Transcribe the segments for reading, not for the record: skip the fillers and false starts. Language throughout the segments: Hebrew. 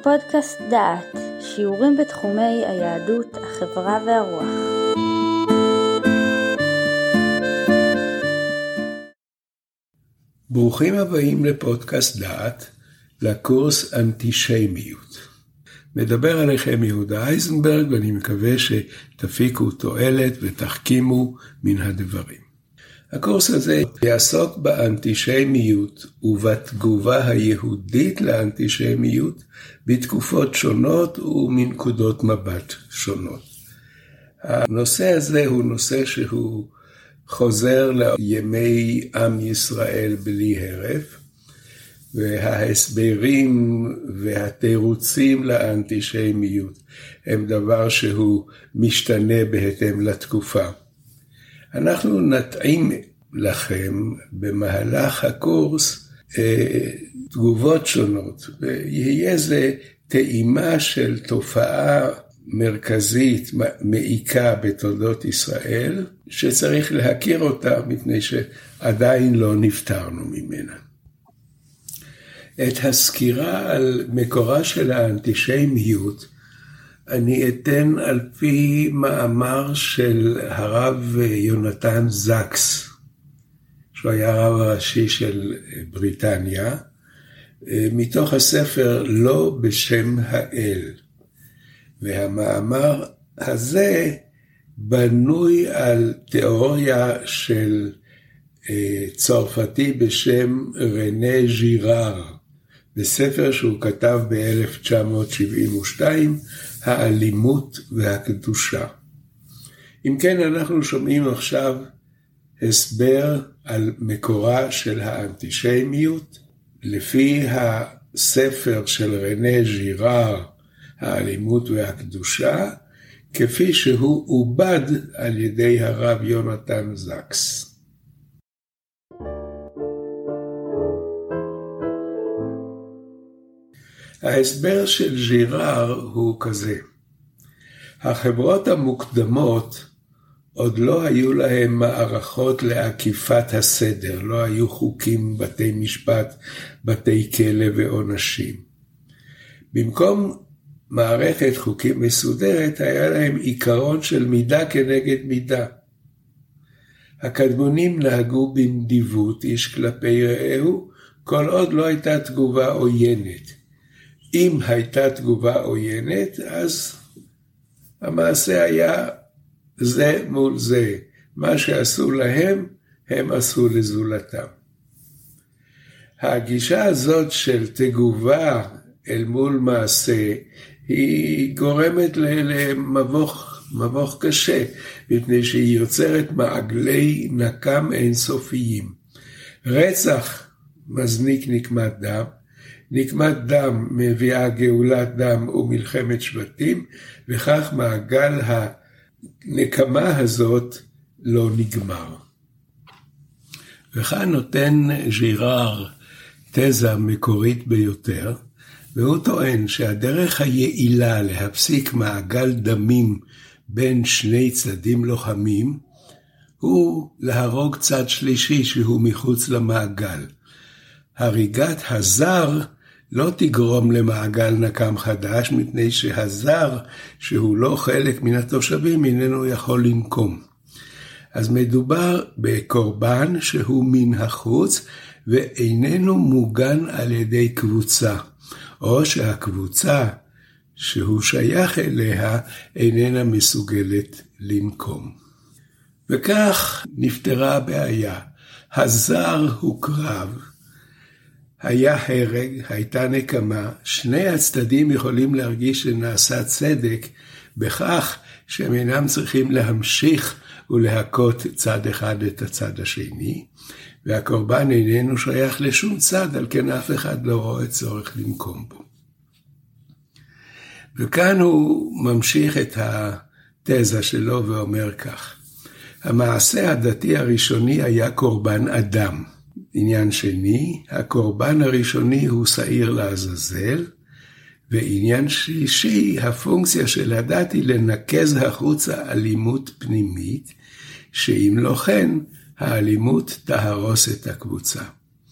פודקאסט דעת, שיעורים בתחומי היהדות, החברה והרוח. ברוכים הבאים לפודקאסט דעת, לקורס אנטישמיות. מדבר עליכם יהודה אייזנברג, ואני מקווה שתפיקו תועלת ותחכימו מן הדברים. הקורס הזה יעסוק באנטישמיות ובתגובה היהודית לאנטישמיות בתקופות שונות ומנקודות מבט שונות. הנושא הזה הוא נושא שהוא חוזר לימי עם ישראל בלי הרף, וההסברים והתירוצים לאנטישמיות הם דבר שהוא משתנה בהתאם לתקופה. אנחנו נתאים לכם במהלך הקורס תגובות שונות, ויהיה זה טעימה של תופעה מרכזית מעיקה בתולדות ישראל, שצריך להכיר אותה מפני שעדיין לא נפטרנו ממנה. את הסקירה על מקורה של האנטישמיות אני אתן על פי מאמר של הרב יונתן זקס, שהוא היה הרב הראשי של בריטניה, מתוך הספר לא בשם האל. והמאמר הזה בנוי על תיאוריה של צרפתי בשם רנה ז'יראר, בספר שהוא כתב ב-1972, האלימות והקדושה. אם כן, אנחנו שומעים עכשיו הסבר על מקורה של האנטישמיות, לפי הספר של רנה ז'יראר, האלימות והקדושה, כפי שהוא עובד על ידי הרב יונתן זקס. ההסבר של ז'יראר הוא כזה: החברות המוקדמות עוד לא היו להם מערכות לעקיפת הסדר, לא היו חוקים, בתי משפט, בתי כלא ועונשים. במקום מערכת חוקים מסודרת היה להם עיקרון של מידה כנגד מידה. הקדמונים נהגו בנדיבות איש כלפי רעהו, כל עוד לא הייתה תגובה עוינת. אם הייתה תגובה עוינת, אז המעשה היה זה מול זה. מה שעשו להם, הם עשו לזולתם. הגישה הזאת של תגובה אל מול מעשה, היא גורמת למבוך קשה, מפני שהיא יוצרת מעגלי נקם אינסופיים. רצח מזניק נקמת דם, נקמת דם מביאה גאולת דם ומלחמת שבטים, וכך מעגל הנקמה הזאת לא נגמר. וכאן נותן ז'יראר תזה מקורית ביותר, והוא טוען שהדרך היעילה להפסיק מעגל דמים בין שני צדדים לוחמים, הוא להרוג צד שלישי שהוא מחוץ למעגל. הריגת הזר לא תגרום למעגל נקם חדש, מפני שהזר, שהוא לא חלק מן התושבים, איננו יכול לנקום. אז מדובר בקורבן שהוא מן החוץ, ואיננו מוגן על ידי קבוצה, או שהקבוצה שהוא שייך אליה איננה מסוגלת לנקום. וכך נפתרה הבעיה. הזר הוא קרב, היה הרג, הייתה נקמה, שני הצדדים יכולים להרגיש שנעשה צדק, בכך שהם אינם צריכים להמשיך ולהכות צד אחד את הצד השני, והקורבן איננו שייך לשום צד, על כן אף אחד לא רואה צורך לנקום בו. וכאן הוא ממשיך את התזה שלו ואומר כך: המעשה הדתי הראשוני היה קורבן אדם. עניין שני, הקורבן הראשוני הוא שעיר לעזאזל, ועניין שלישי, הפונקציה של הדת היא לנקז החוצה אלימות פנימית, שאם לא כן, האלימות תהרוס את הקבוצה.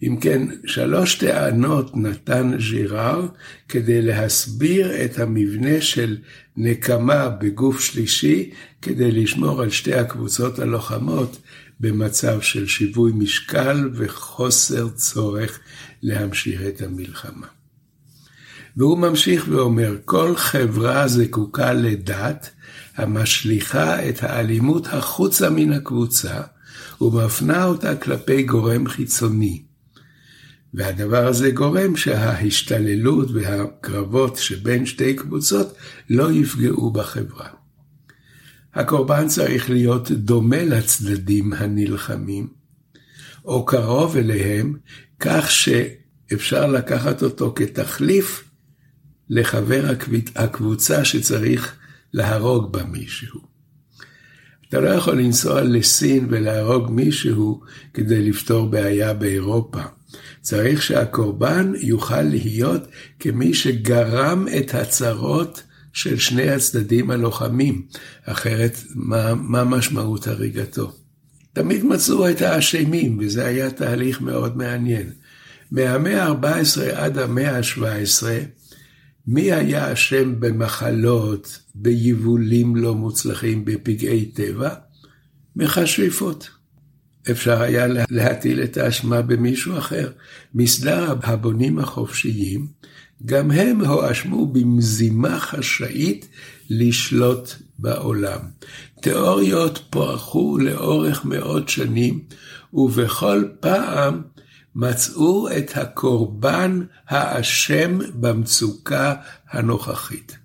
אם כן, 3 טענות נתן ז'ירר כדי להסביר את המבנה של נקמה בגוף שלישי, כדי לשמור על שתי הקבוצות הלוחמות במצב של שיווי משקל וחוסר צורך להמשיך את המלחמה. והוא ממשיך ואומר, כל חברה זקוקה לדת המשליכה את האלימות החוצה מן הקבוצה ומפנה אותה כלפי גורם חיצוני. והדבר הזה גורם שההשתוללות והקרבות שבין שתי קבוצות לא יפגעו בחברה. הקורבן צריך להיות דומה לצדדים הנלחמים, או קרוב אליהם, כך שאפשר לקחת אותו כתחליף לחבר הקבוצה שצריך להרוג בה מישהו. אתה לא יכול לנסוע לסין ולהרוג מישהו כדי לפתור בעיה באירופה. צריך שהקורבן יוכל להיות כמי שגרם את הצרות של שני הצדדים הלוחמים, אחרת מה משמעות הריגתו? תמיד מצאו את האשמים, וזה היה תהליך מאוד מעניין. מהמאה ה-14 עד המאה ה-17, מי היה אשם במחלות, ביבולים לא מוצלחים, בפגעי טבע? מכשפות. אפשר היה להטיל את האשמה במישהו אחר. מסדר הבונים החופשיים, גם הם הואשמו במזימה חשאית לשלוט בעולם. תיאוריות פרחו לאורך מאות שנים, ובכל פעם מצאו את הקורבן האשם במצוקה הנוכחית.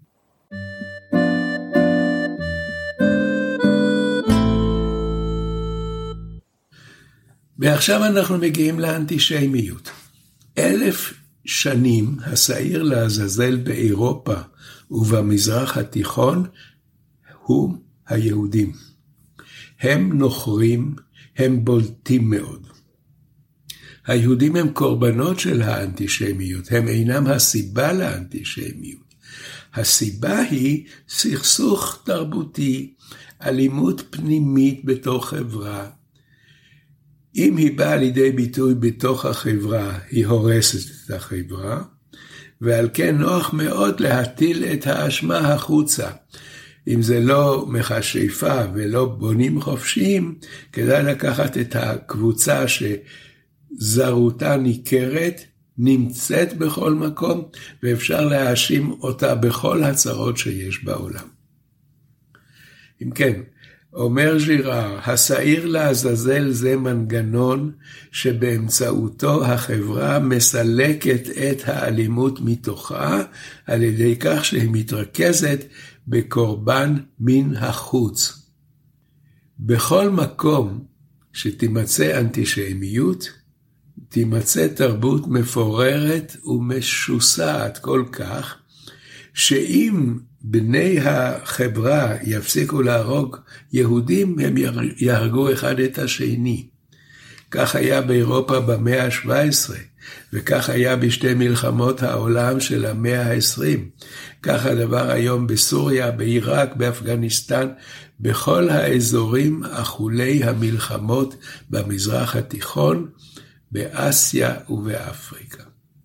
ועכשיו אנחנו מגיעים לאנטישמיות. 1000 שנים השעיר לעזאזל באירופה ובמזרח התיכון הוא היהודים. הם נוכרים, הם בולטים מאוד. היהודים הם קורבנות של האנטישמיות, הם אינם הסיבה לאנטישמיות. הסיבה היא סכסוך תרבותי, אלימות פנימית בתוך חברה. אם היא באה לידי ביטוי בתוך החברה, היא הורסת את החברה, ועל כן נוח מאוד להטיל את האשמה החוצה. אם זה לא מכשפה ולא בונים חופשיים, כדאי לקחת את הקבוצה שזרותה ניכרת, נמצאת בכל מקום, ואפשר להאשים אותה בכל הצרות שיש בעולם. אם כן, אומר ז'ירר, השעיר לעזאזל זה מנגנון שבאמצעותו החברה מסלקת את האלימות מתוכה, על ידי כך שהיא מתרכזת בקורבן מן החוץ. בכל מקום שתימצא אנטישמיות, תימצא תרבות מפוררת ומשוסעת כל כך, שאם בני החברה יפסיקו להרוג יהודים, הם יהרגו אחד את השני. כך היה באירופה במאה ה-17, וכך היה בשתי מלחמות העולם של המאה ה-20. כך הדבר היום בסוריה, בעיראק, באפגניסטן, בכל האזורים אכולי המלחמות במזרח התיכון, באסיה ובאפריקה.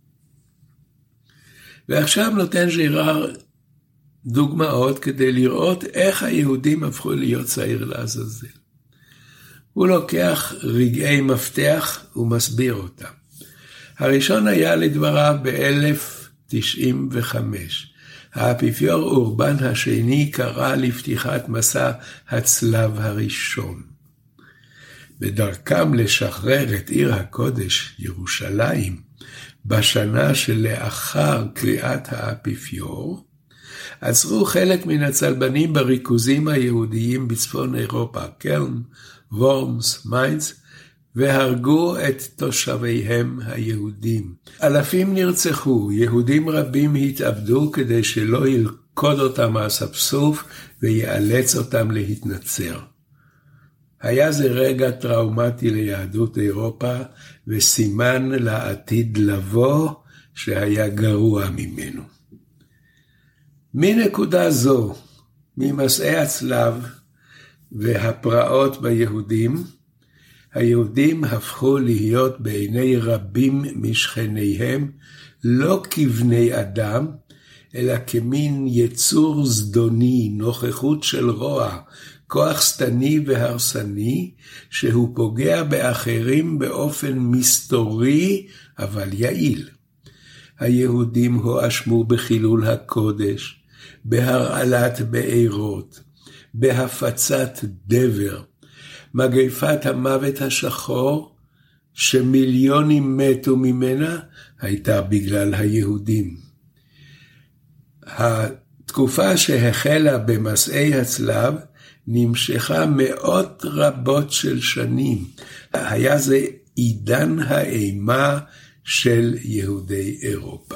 ועכשיו נותן ז'ירר דוגמאות כדי לראות איך היהודים הפכו להיות שעיר לעזאזל. הוא לוקח רגעי מפתח ומסביר אותם. הראשון היה לדבריו ב-1095. האפיפיור אורבן השני קרא לפתיחת מסע הצלב הראשון. בדרכם לשחרר את עיר הקודש, ירושלים, בשנה שלאחר קריאת האפיפיור, עצרו חלק מן הצלבנים בריכוזים היהודיים בצפון אירופה, קלן, וורמס, מיינץ, והרגו את תושביהם היהודים. אלפים נרצחו, יהודים רבים התאבדו כדי שלא ילכוד אותם האספסוף ויאלץ אותם להתנצר. היה זה רגע טראומטי ליהדות אירופה, וסימן לעתיד לבוא שהיה גרוע ממנו. מנקודה זו, ממסעי הצלב והפרעות ביהודים, היהודים הפכו להיות בעיני רבים משכניהם לא כבני אדם, אלא כמין יצור זדוני, נוכחות של רוע, כוח שטני והרסני, שהוא פוגע באחרים באופן מסתורי, אבל יעיל. היהודים הואשמו בחילול הקודש, בהרעלת בארות, בהפצת דבר, מגפת המוות השחור, שמיליונים מתו ממנה, הייתה בגלל היהודים. התקופה שהחלה במסעי הצלב, נמשכה מאות רבות של שנים. היה זה עידן האימה של יהודי אירופה.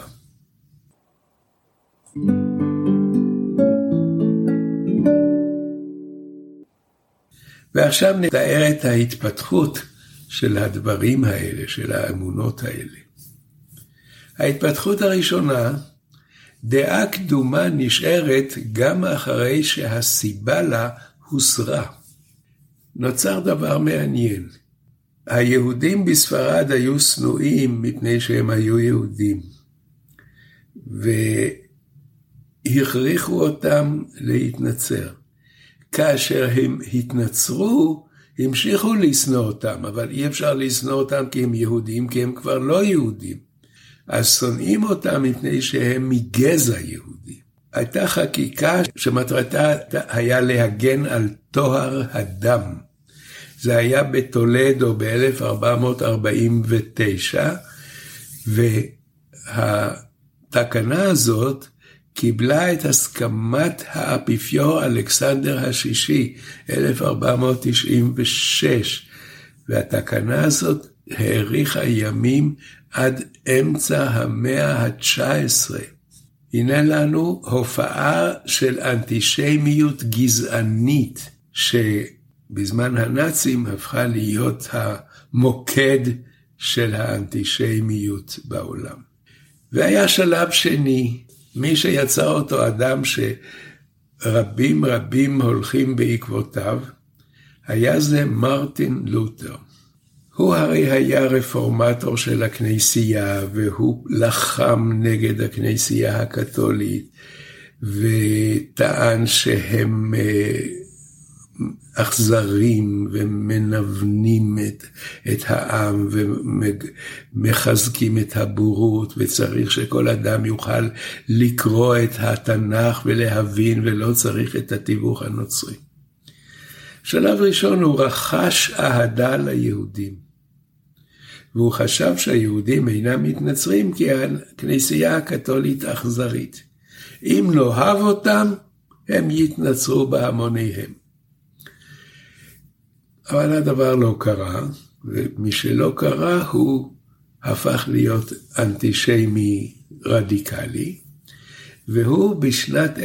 ועכשיו נתאר את ההתפתחות של הדברים האלה, של האמונות האלה. ההתפתחות הראשונה, דעה קדומה נשארת גם אחרי שהסיבה לה הוסרה. נוצר דבר מעניין. היהודים בספרד היו שנואים מפני שהם היו יהודים, והכריחו אותם להתנצר. כאשר הם התנצרו, המשיכו לשנוא אותם, אבל אי אפשר לשנוא אותם כי הם יהודים, כי הם כבר לא יהודים. אז שונאים אותם מפני שהם מגזע יהודי. הייתה חקיקה שמטרתה היה להגן על טוהר הדם. זה היה בטולדו ב-1449, והתקנה הזאת קיבלה את הסכמת האפיפיור אלכסנדר השישי, 1496, והתקנה הזאת האריכה ימים עד אמצע המאה ה-19. הנה לנו הופעה של אנטישמיות גזענית, שבזמן הנאצים הפכה להיות המוקד של האנטישמיות בעולם. והיה שלב שני, מי שיצר אותו אדם שרבים רבים הולכים בעקבותיו, היה זה מרטין לותר. הוא הרי היה רפורמטור של הכנסייה, והוא לחם נגד הכנסייה הקתולית, וטען שהם אכזרים ומנוונים את העם ומחזקים את הבורות, וצריך שכל אדם יוכל לקרוא את התנ"ך ולהבין, ולא צריך את התיווך הנוצרי. שלב ראשון הוא רכש אהדה ליהודים, והוא חשב שהיהודים אינם מתנצרים כי הכנסייה הקתולית אכזרית. אם נאהב אותם, הם יתנצרו בהמוניהם. אבל הדבר לא קרה, ומי שלא קרה הוא הפך להיות אנטישמי רדיקלי, והוא בשנת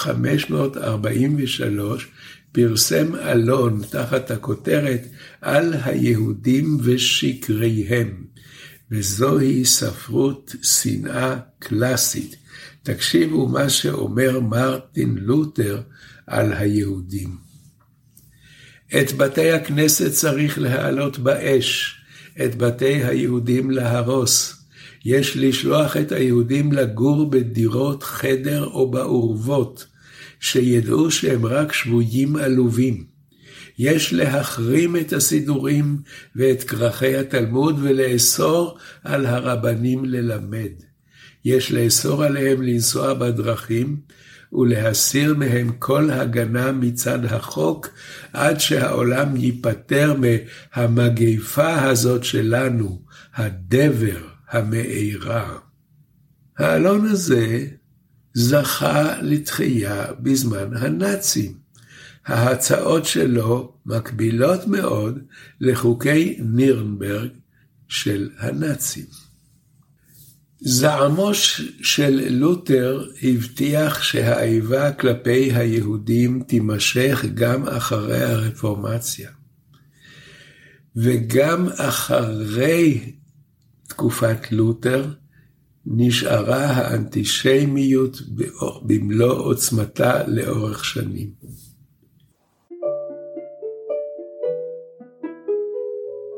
1543 פרסם אלון תחת הכותרת על היהודים ושקריהם, וזוהי ספרות שנאה קלאסית. תקשיבו מה שאומר מרטין לותר על היהודים. את בתי הכנסת צריך להעלות באש, את בתי היהודים להרוס. יש לשלוח את היהודים לגור בדירות חדר או בעורבות, שידעו שהם רק שבויים עלובים. יש להחרים את הסידורים ואת כרכי התלמוד ולאסור על הרבנים ללמד. יש לאסור עליהם לנסוע בדרכים ולהסיר מהם כל הגנה מצד החוק, עד שהעולם ייפטר מהמגפה הזאת שלנו, הדבר המאירה. האלון הזה זכה לתחייה בזמן הנאצים. ההצעות שלו מקבילות מאוד לחוקי נירנברג של הנאצים. זעמו של לותר הבטיח שהאיבה כלפי היהודים תימשך גם אחרי הרפורמציה. וגם אחרי תקופת לותר נשארה האנטישמיות במלוא עוצמתה לאורך שנים.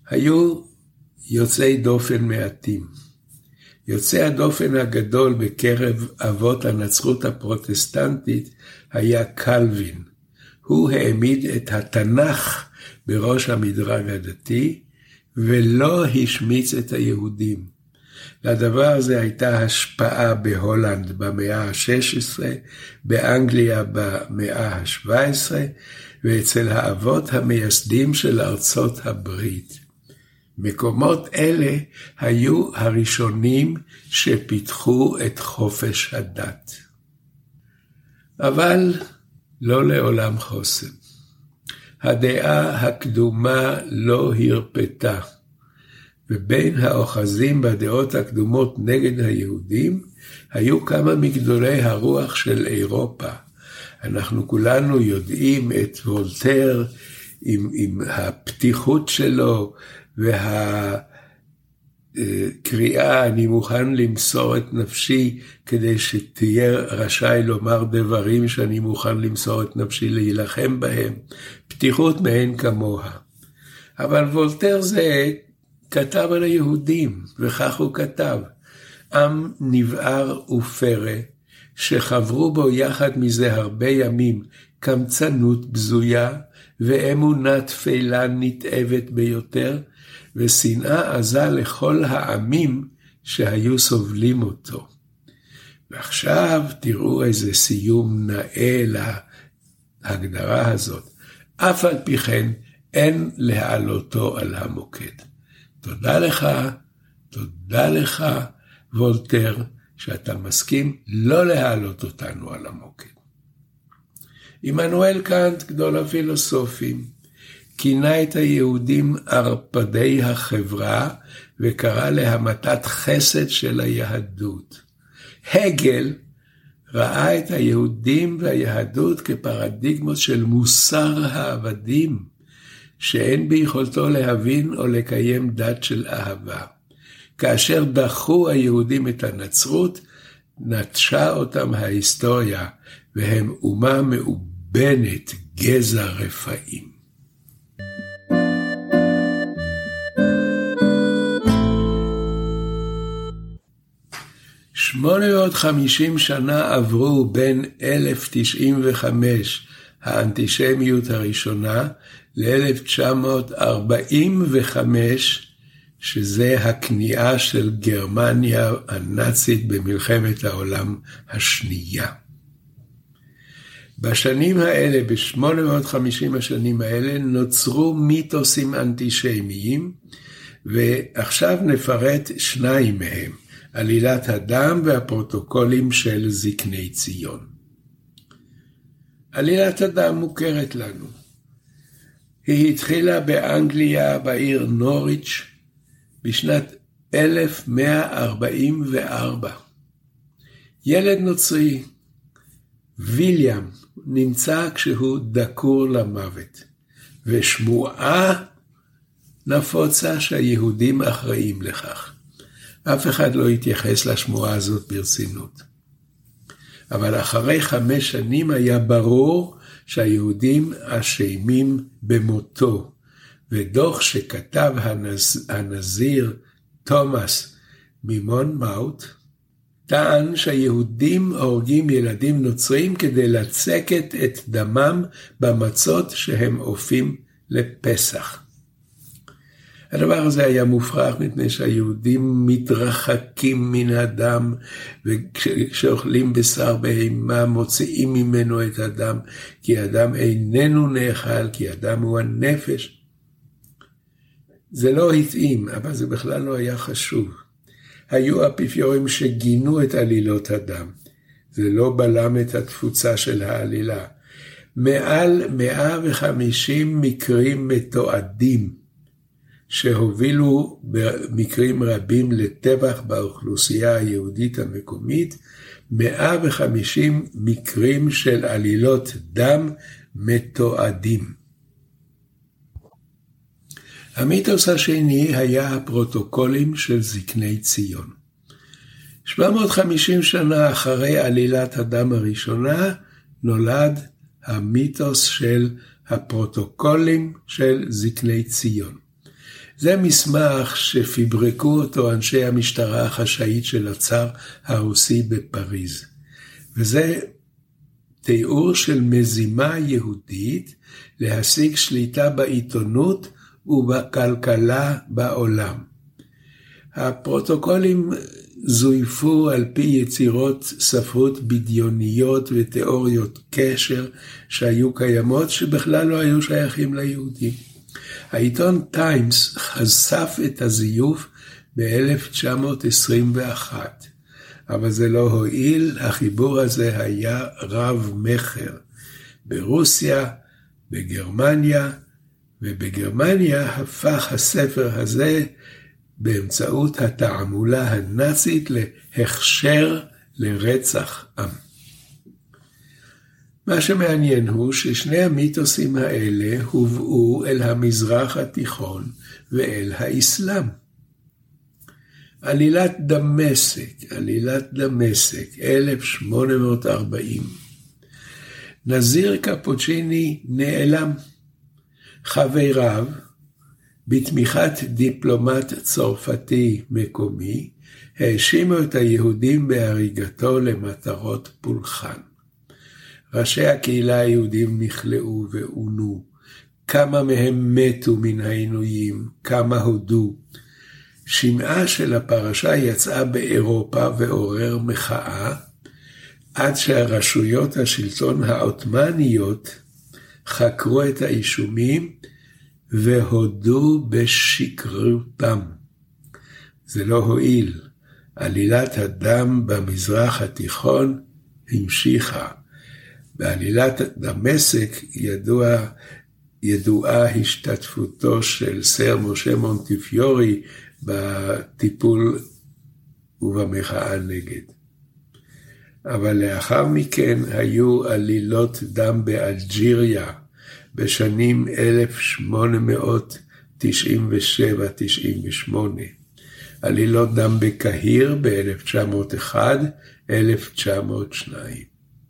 היו יוצאי דופן מעטים. יוצא הדופן הגדול בקרב אבות הנצרות הפרוטסטנטית היה קלווין. הוא העמיד את התנ"ך בראש המדרג הדתי, ולא השמיץ את היהודים. לדבר הזה הייתה השפעה בהולנד במאה ה-16, באנגליה במאה ה-17, ואצל האבות המייסדים של ארצות הברית. מקומות אלה היו הראשונים שפיתחו את חופש הדת. אבל לא לעולם חוסן. הדעה הקדומה לא הרפתה, ובין האוחזים בדעות הקדומות נגד היהודים, היו כמה מגדולי הרוח של אירופה. אנחנו כולנו יודעים את וולטר עם הפתיחות שלו, והקריאה, אני מוכן למסור את נפשי, כדי שתהיה רשאי לומר דברים שאני מוכן למסור את נפשי להילחם בהם. פתיחות מעין כמוה. אבל וולטר זה כתב על היהודים, וכך הוא כתב: עם נבער ופרא, שחברו בו יחד מזה הרבה ימים, קמצנות בזויה, ואמונה תפלה נתאבת ביותר, ושנאה עזה לכל העמים שהיו סובלים אותו. ועכשיו תראו איזה סיום נאה להגדרה הזאת. אף על פי כן אין להעלותו על המוקד. תודה לך, וולטר, שאתה מסכים לא להעלות אותנו על המוקד. עמנואל קאנט, גדול הפילוסופים, כינה את היהודים ערפדי החברה, וקרא להמתת חסד של היהדות. הגל ראה את היהודים והיהדות כפרדיגמות של מוסר העבדים, שאין ביכולתו להבין או לקיים דת של אהבה. כאשר דחו היהודים את הנצרות, נטשה אותם ההיסטוריה, והם אומה מאובנת, גזע רפאים. שמונה 50 שנה עברו בין 1095, האנטישמיות הראשונה, ל-1945, שזה הכניעה של גרמניה הנאצית במלחמת העולם השנייה. בשנים האלה, ב-850 השנים האלה, נוצרו מיתוסים אנטישמיים, ועכשיו נפרט שניים מהם, עלילת הדם והפרוטוקולים של זקני ציון. עלילת הדם מוכרת לנו. היא התחילה באנגליה, בעיר נוריץ', בשנת 1144. ילד נוצרי, ויליאם, נמצא כשהוא דקור למוות, ושמועה נפוצה שהיהודים אחראים לכך. אף אחד לא התייחס לשמועה הזאת ברצינות. אבל אחרי 5 שנים היה ברור שהיהודים אשמים במותו, ודוח שכתב הנזיר תומאס ממונמאוט, טען שהיהודים הורגים ילדים נוצרים כדי לצקת את דמם במצות שהם אופים לפסח. הדבר הזה היה מופרך מפני שהיהודים מתרחקים מן הדם, וכשאוכלים בשר בהמה מוציאים ממנו את הדם, כי הדם איננו נאכל, כי הדם הוא הנפש. זה לא התאים, אבל זה בכלל לא היה חשוב. היו אפיפיורים שגינו את עלילות הדם. זה לא בלם את התפוצה של העלילה. מעל 150 מקרים מתועדים, שהובילו במקרים רבים לטבח באוכלוסייה היהודית המקומית, 150 מקרים של עלילות דם מתועדים. המיתוס השני היה הפרוטוקולים של זקני ציון. 750 שנה אחרי עלילת הדם הראשונה, נולד המיתוס של הפרוטוקולים של זקני ציון. זה מסמך שפברקו אותו אנשי המשטרה החשאית של הצאר הרוסי בפריז. וזה תיאור של מזימה יהודית להשיג שליטה בעיתונות ובכלכלה בעולם. הפרוטוקולים זויפו על פי יצירות ספרות בדיוניות ותיאוריות קשר שהיו קיימות שבכלל לא היו שייכים ליהודים. העיתון טיימס חשף את הזיוף ב-1921, אבל זה לא הועיל, החיבור הזה היה רב מחר. ברוסיה, בגרמניה, ובגרמניה הפך הספר הזה באמצעות התעמולה הנאצית להכשר לרצח עם. מה שמעניין הוא ששני המיתוסים האלה הובאו אל המזרח התיכון ואל האסלאם. עלילת דמשק, 1840. נזיר קפוצ'יני נעלם. חבריו, בתמיכת דיפלומט צרפתי מקומי, האשימו את היהודים בהריגתו למטרות פולחן. ראשי הקהילה היהודים נכלאו ועונו, כמה מהם מתו מן העינויים, כמה הודו. שמעה של הפרשה יצאה באירופה ועורר מחאה, עד שהרשויות השלטון העות'מאניות חקרו את האישומים והודו בשקרותם. זה לא הועיל. עלילת הדם במזרח התיכון המשיכה. בעלילת דמשק ידועה השתתפותו של סר משה מונטיפיורי בטיפול ובמחאה נגד. אבל לאחר מכן היו עלילות דם באלג'יריה בשנים 1897-98, עלילות דם בקהיר ב-1901, 1902.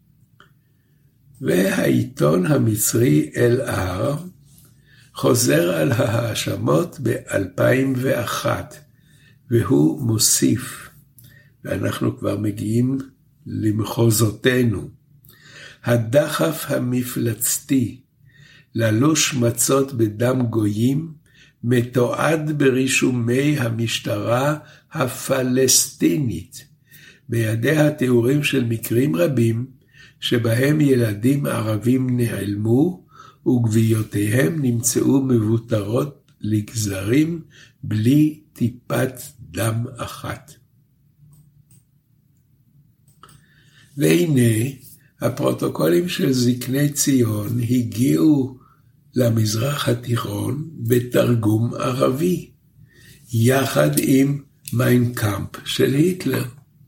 והעיתון המצרי אל-אהר חוזר על ההאשמות ב-2001, והוא מוסיף, ואנחנו כבר מגיעים למחוזותינו, הדחף המפלצתי ללוש מצות בדם גויים מתועד ברישומי המשטרה הפלסטינית, בידיה תיאורים של מקרים רבים שבהם ילדים ערבים נעלמו וגוויותיהם נמצאו מבוטרות לגזרים בלי טיפת דם אחת. והנה הפרוטוקולים של זקני ציון הגיעו למזרח התיכון בתרגום ערבי, יחד עם מיין קאמפ של היטלר.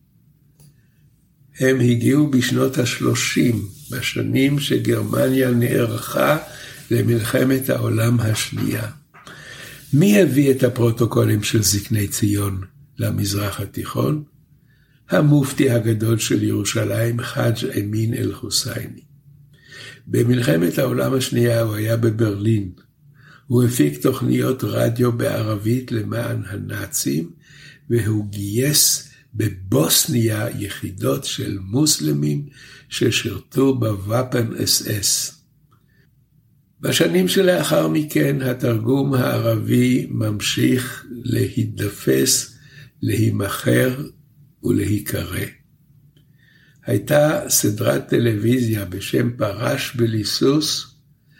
הם הגיעו בשנות ה-30, בשנים שגרמניה נערכה למלחמת העולם השנייה. מי הביא את הפרוטוקולים של זקני ציון למזרח התיכון? המופתי הגדול של ירושלים, חאג' אמין אל-חוסייני. במלחמת העולם השנייה הוא היה בברלין. הוא הפיק תוכניות רדיו בערבית למען הנאצים, והוא גייס בבוסניה יחידות של מוסלמים ששירתו בוואפן אס-אס. בשנים שלאחר מכן התרגום הערבי ממשיך להידפס, להימכר ולהיקרא. הייתה סדרת טלוויזיה בשם פרש בליסוס,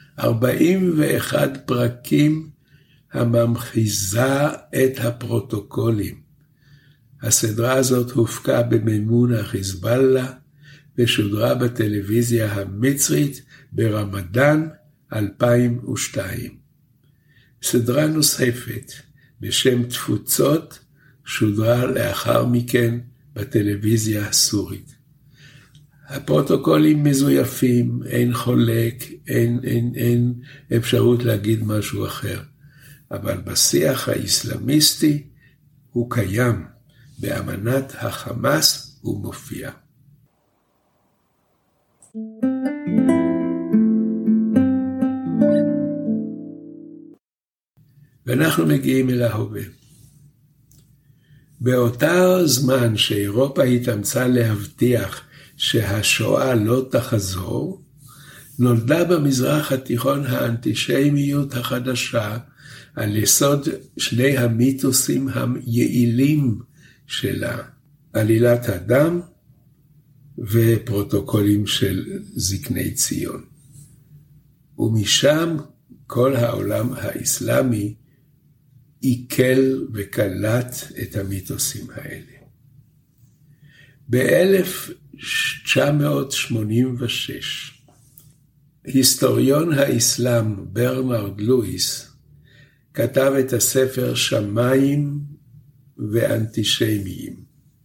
41 פרקים הממחיזה את הפרוטוקולים. הסדרה הזאת הופקה במימון החיזבאללה ושודרה בטלוויזיה המצרית ברמדאן 2002. סדרה נוספת בשם תפוצות שודרה לאחר מכן בטלוויזיה הסורית. הפרוטוקולים מזויפים, אין חולק, אין אפשרות להגיד משהו אחר. אבל בשיח האסלאמיסטי הוא קיים, באמנת החמאס הוא מופיע. ואנחנו מגיעים אל ההווה. באותה זמן שאירופה התאמצה להבטיח שהשואה לא תחזור, נולדה במזרח התיכון האנטישמיות החדשה על יסוד שני המיתוסים היעילים שלה, עלילת הדם ופרוטוקולים של זקני ציון. ומשם כל העולם האסלאמי עיכל וקלט את המיתוסים האלה. ב-1986, היסטוריון האסלאם ברנרד לואיס כתב את הספר שמיים ואנטישמיים.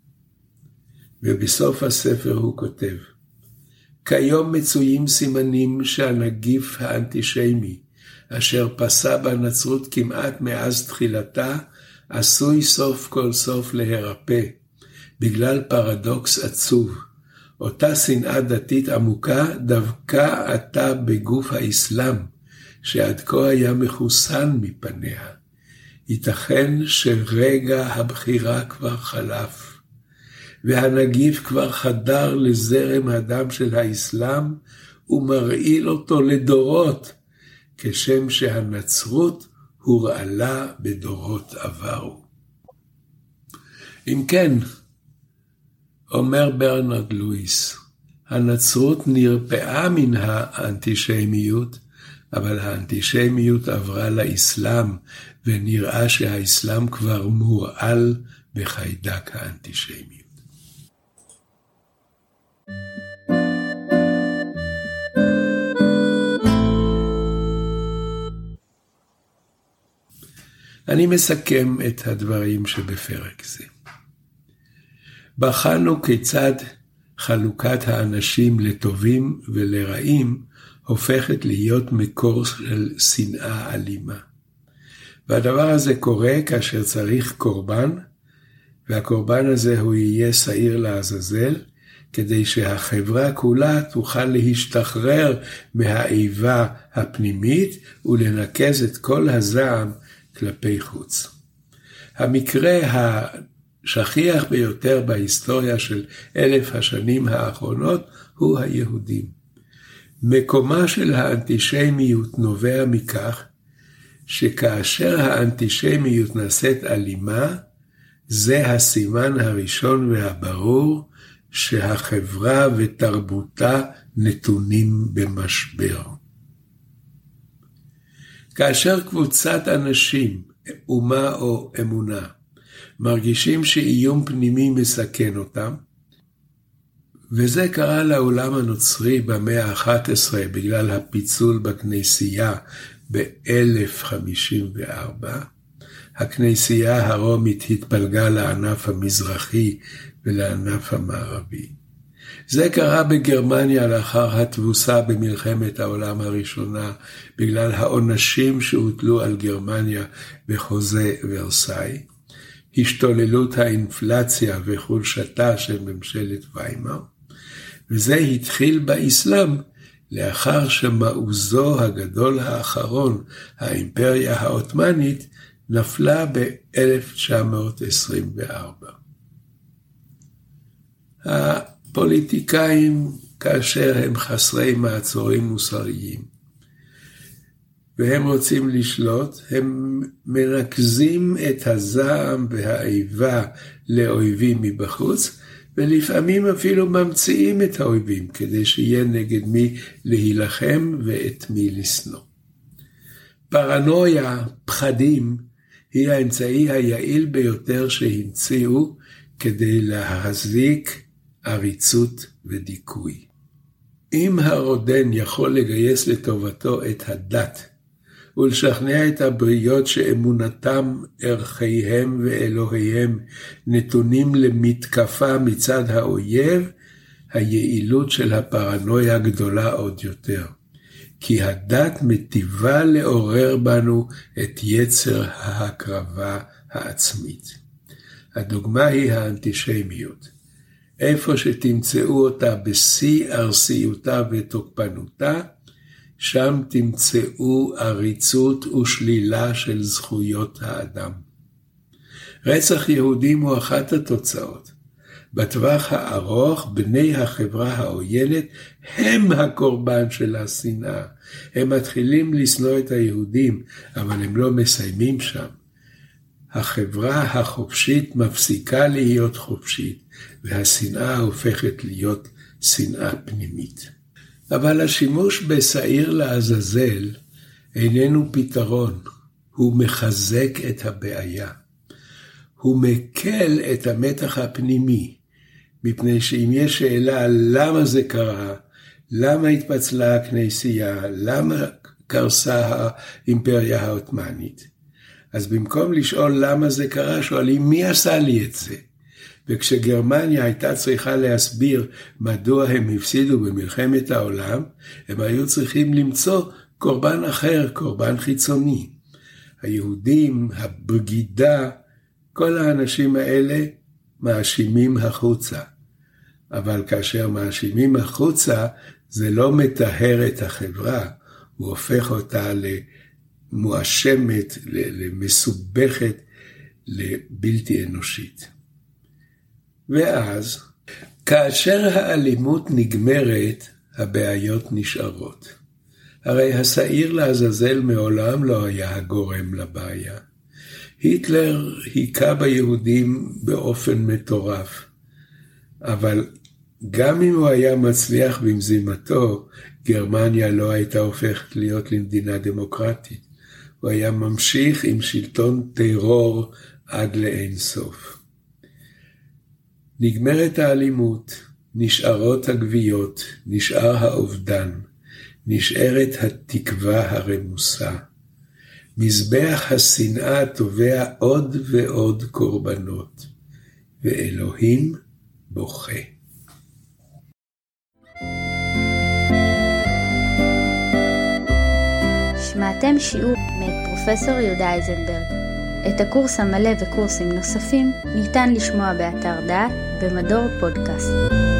ובסוף הספר הוא כותב, כיום מצויים סימנים שהנגיף האנטישמי, אשר פסה בנצרות כמעט מאז תחילתה, עשוי סוף כל סוף להירפא, בגלל פרדוקס עצוב. אותה שנאה דתית עמוקה דווקא עתה בגוף האסלאם, שעד כה היה מחוסן מפניה. ייתכן שרגע הבחירה כבר חלף, והנגיף כבר חדר לזרם הדם של האסלאם, ומרעיל אותו לדורות, כשם שהנצרות הורעלה בדורות עברו. אם כן, אומר ברנרד לואיס, הנצרות נרפאה מן האנטישמיות, אבל האנטישמיות עברה לאסלאם, ונראה שהאסלאם כבר מורעל בחיידק האנטישמיות. אני מסכם את הדברים שבפרק זה. בחנו כיצד חלוקת האנשים לטובים ולרעים הופכת להיות מקור של שנאה אלימה. והדבר הזה קורה כאשר צריך קורבן, והקורבן הזה הוא יהיה שעיר לעזאזל, כדי שהחברה כולה תוכל להשתחרר מהאיבה הפנימית ולנקז את כל הזעם כלפי חוץ. המקרה השכיח ביותר בהיסטוריה של 1000 השנים האחרונות הוא היהודים. מקומה של האנטישמיות נובע מכך שכאשר האנטישמיות נעשית אלימה, זה הסימן הראשון והברור שהחברה ותרבותה נתונים במשבר. כאשר קבוצת אנשים, אומה או אמונה, מרגישים שאיום פנימי מסכן אותם, וזה קרה לעולם הנוצרי במאה ה-11 בגלל הפיצול בכנסייה ב-1054, הכנסייה הרומית התפלגה לענף המזרחי ולענף המערבי. זה קרה בגרמניה לאחר התבוסה במלחמת העולם הראשונה, בגלל העונשים שהוטלו על גרמניה בחוזה ורסאי, השתוללות האינפלציה וחולשתה של ממשלת ויימאר, וזה התחיל באסלאם לאחר שמעוזו הגדול האחרון, האימפריה העות'מאנית, נפלה ב-1924. הפוליטיקאים, כאשר הם חסרי מעצורים מוסריים, והם רוצים לשלוט, הם מנקזים את הזעם והאיבה לאויבים מבחוץ, ולפעמים אפילו ממציאים את האויבים, כדי שיהיה נגד מי להילחם ואת מי לשנוא. פרנויה, פחדים, היא האמצעי היעיל ביותר שהמציאו כדי להחזיק עריצות ודיכוי. אם הרודן יכול לגייס לטובתו את הדת, ולשכנע את הבריות שאמונתם, ערכיהם ואלוהיהם נתונים למתקפה מצד האויב, היעילות של הפרנויה גדולה עוד יותר. כי הדת מטיבה לעורר בנו את יצר ההקרבה העצמית. הדוגמה היא האנטישמיות. איפה שתמצאו אותה בשיא ארסיותה ותוקפנותה, שם תמצאו עריצות ושלילה של זכויות האדם. רצח יהודים הוא אחת התוצאות. בטווח הארוך בני החברה העוינת הם הקורבן של השנאה. הם מתחילים לשנוא את היהודים, אבל הם לא מסיימים שם. החברה החופשית מפסיקה להיות חופשית, והשנאה הופכת להיות שנאה פנימית. אבל השימוש בשעיר לעזאזל איננו פתרון, הוא מחזק את הבעיה. הוא מקל את המתח הפנימי, מפני שאם יש שאלה למה זה קרה, למה התפצלה הכנסייה, למה קרסה האימפריה העות'מאנית, אז במקום לשאול למה זה קרה, שואלים מי עשה לי את זה. וכשגרמניה הייתה צריכה להסביר מדוע הם הפסידו במלחמת העולם, הם היו צריכים למצוא קורבן אחר, קורבן חיצוני. היהודים, הבגידה, כל האנשים האלה מאשימים החוצה. אבל כאשר מאשימים החוצה, זה לא מטהר את החברה, הוא הופך אותה למואשמת, למסובכת, לבלתי אנושית. ואז, כאשר האלימות נגמרת, הבעיות נשארות. הרי השעיר לעזאזל מעולם לא היה הגורם לבעיה. היטלר היכה ביהודים באופן מטורף, אבל גם אם הוא היה מצליח במזימתו, גרמניה לא הייתה הופכת להיות למדינה דמוקרטית. הוא היה ממשיך עם שלטון טרור עד לאין סוף. נגמרת האלימות, נשארות הגוויות, נשאר האובדן, נשארת התקווה הרמוסה. מזבח השנאה תובע עוד ועוד קורבנות, ואלוהים בוכה. שמעתם שיעור מאת פרופסור יהודה איזנברג. את הקורס המלא וקורסים נוספים ניתן לשמוע באתר דעת במדור פודקאסט.